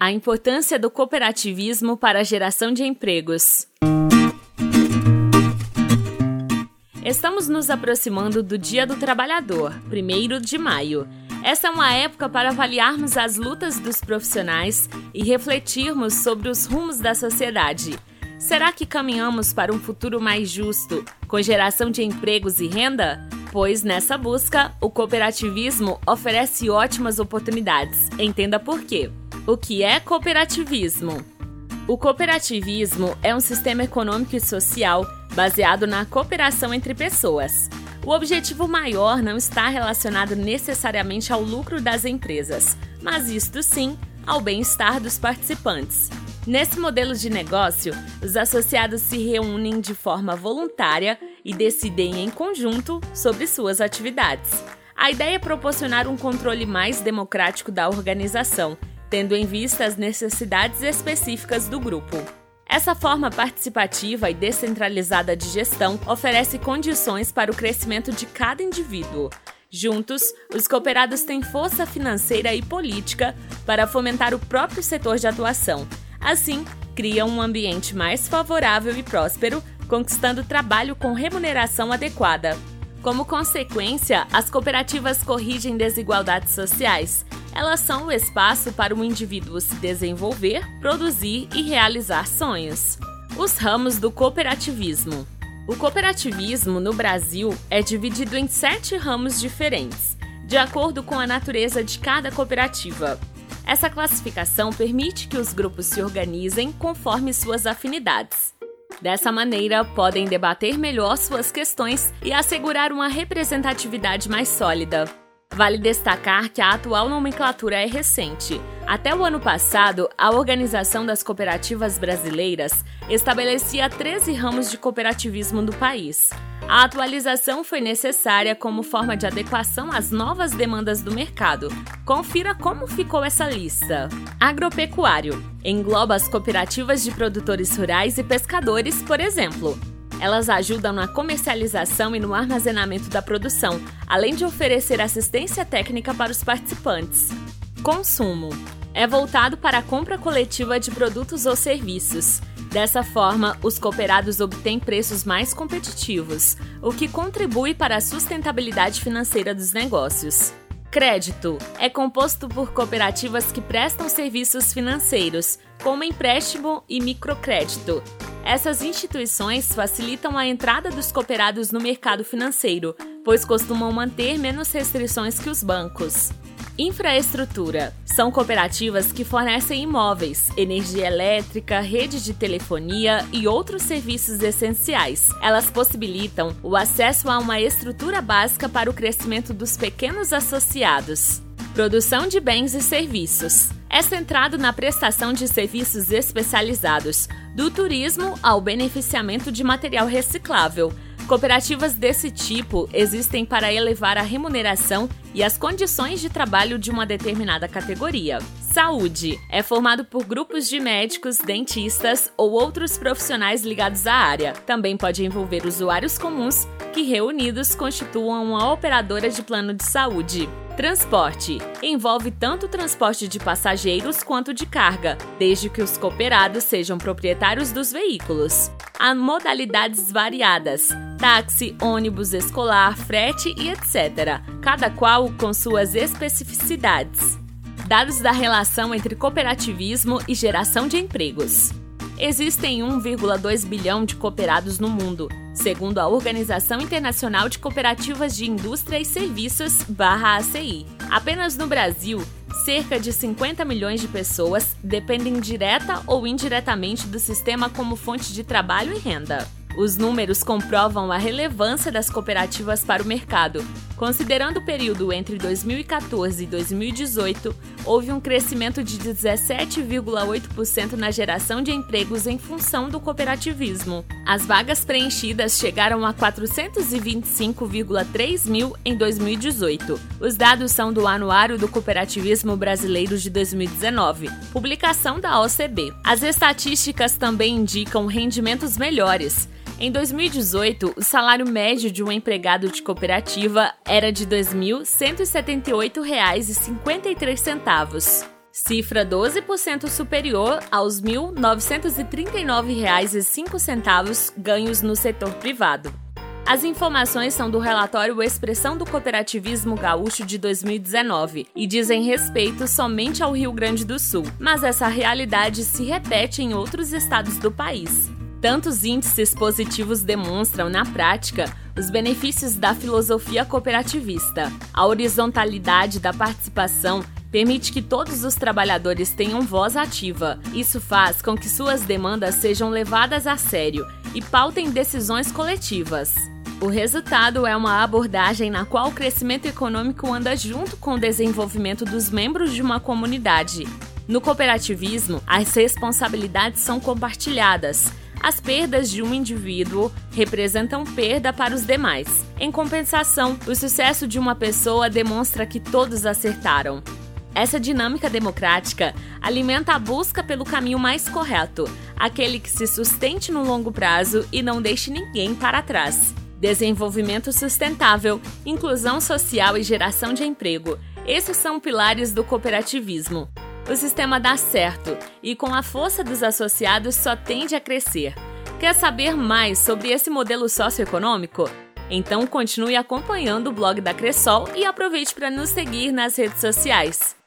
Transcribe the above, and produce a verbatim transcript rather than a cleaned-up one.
A importância do cooperativismo para a geração de empregos. Estamos nos aproximando do Dia do Trabalhador, primeiro de maio. Essa é uma época para avaliarmos as lutas dos profissionais e refletirmos sobre os rumos da sociedade. Será que caminhamos para um futuro mais justo, com geração de empregos e renda? Pois, nessa busca, o cooperativismo oferece ótimas oportunidades. Entenda por quê. O que é cooperativismo? O cooperativismo é um sistema econômico e social baseado na cooperação entre pessoas. O objetivo maior não está relacionado necessariamente ao lucro das empresas, mas isto sim ao bem-estar dos participantes. Nesse modelo de negócio, os associados se reúnem de forma voluntária e decidem em conjunto sobre suas atividades. A ideia é proporcionar um controle mais democrático da organização, tendo em vista as necessidades específicas do grupo. Essa forma participativa e descentralizada de gestão oferece condições para o crescimento de cada indivíduo. Juntos, os cooperados têm força financeira e política para fomentar o próprio setor de atuação. Assim, criam um ambiente mais favorável e próspero, conquistando trabalho com remuneração adequada. Como consequência, as cooperativas corrigem desigualdades sociais. Elas são o espaço para o indivíduo se desenvolver, produzir e realizar sonhos. Os ramos do cooperativismo. O cooperativismo no Brasil é dividido em sete ramos diferentes, de acordo com a natureza de cada cooperativa. Essa classificação permite que os grupos se organizem conforme suas afinidades. Dessa maneira, podem debater melhor suas questões e assegurar uma representatividade mais sólida. Vale destacar que a atual nomenclatura é recente. Até o ano passado, a Organização das Cooperativas Brasileiras estabelecia treze ramos de cooperativismo no país. A atualização foi necessária como forma de adequação às novas demandas do mercado. Confira como ficou essa lista. Agropecuário. Engloba as cooperativas de produtores rurais e pescadores, por exemplo. Elas ajudam na comercialização e no armazenamento da produção, além de oferecer assistência técnica para os participantes. Consumo. É voltado para a compra coletiva de produtos ou serviços. Dessa forma, os cooperados obtêm preços mais competitivos, o que contribui para a sustentabilidade financeira dos negócios. Crédito. É composto por cooperativas que prestam serviços financeiros, como empréstimo e microcrédito. Essas instituições facilitam a entrada dos cooperados no mercado financeiro, pois costumam manter menos restrições que os bancos. Infraestrutura. São cooperativas que fornecem imóveis, energia elétrica, rede de telefonia e outros serviços essenciais. Elas possibilitam o acesso a uma estrutura básica para o crescimento dos pequenos associados. Produção de bens e serviços. É centrado na prestação de serviços especializados, do turismo ao beneficiamento de material reciclável. Cooperativas desse tipo existem para elevar a remuneração e as condições de trabalho de uma determinada categoria. Saúde. É formado por grupos de médicos, dentistas ou outros profissionais ligados à área. Também pode envolver usuários comuns que, reunidos, constituam uma operadora de plano de saúde. Transporte. Envolve tanto o transporte de passageiros quanto de carga, desde que os cooperados sejam proprietários dos veículos. Há modalidades variadas: táxi, ônibus escolar, frete e etcétera, cada qual com suas especificidades. Dados da relação entre cooperativismo e geração de empregos. Existem um vírgula dois bilhão de cooperados no mundo, segundo a Organização Internacional de Cooperativas de Indústria e Serviços, barra A C I. Apenas no Brasil, cerca de cinquenta milhões de pessoas dependem direta ou indiretamente do sistema como fonte de trabalho e renda. Os números comprovam a relevância das cooperativas para o mercado. Considerando o período entre dois mil e quatorze e dois mil e dezoito, houve um crescimento de dezessete vírgula oito por cento na geração de empregos em função do cooperativismo. As vagas preenchidas chegaram a quatrocentos e vinte e cinco vírgula três mil em dois mil e dezoito. Os dados são do Anuário do Cooperativismo Brasileiro de dois mil e dezenove, publicação da O C B. As estatísticas também indicam rendimentos melhores. Em dois mil e dezoito, o salário médio de um empregado de cooperativa era de dois mil cento e setenta e oito reais e cinquenta e três centavos. cifra doze por cento superior aos mil novecentos e trinta e nove reais e cinco centavos ganhos no setor privado. As informações são do relatório Expressão do Cooperativismo Gaúcho de dois mil e dezenove e dizem respeito somente ao Rio Grande do Sul, mas essa realidade se repete em outros estados do país. Tantos índices positivos demonstram, na prática, os benefícios da filosofia cooperativista. A horizontalidade da participação permite que todos os trabalhadores tenham voz ativa. Isso faz com que suas demandas sejam levadas a sério e pautem decisões coletivas. O resultado é uma abordagem na qual o crescimento econômico anda junto com o desenvolvimento dos membros de uma comunidade. No cooperativismo, as responsabilidades são compartilhadas. As perdas de um indivíduo representam perda para os demais. Em compensação, o sucesso de uma pessoa demonstra que todos acertaram. Essa dinâmica democrática alimenta a busca pelo caminho mais correto, aquele que se sustente no longo prazo e não deixe ninguém para trás. Desenvolvimento sustentável, inclusão social e geração de emprego. Esses são pilares do cooperativismo. O sistema dá certo e, com a força dos associados, só tende a crescer. Quer saber mais sobre esse modelo socioeconômico? Então continue acompanhando o blog da Cressol e aproveite para nos seguir nas redes sociais.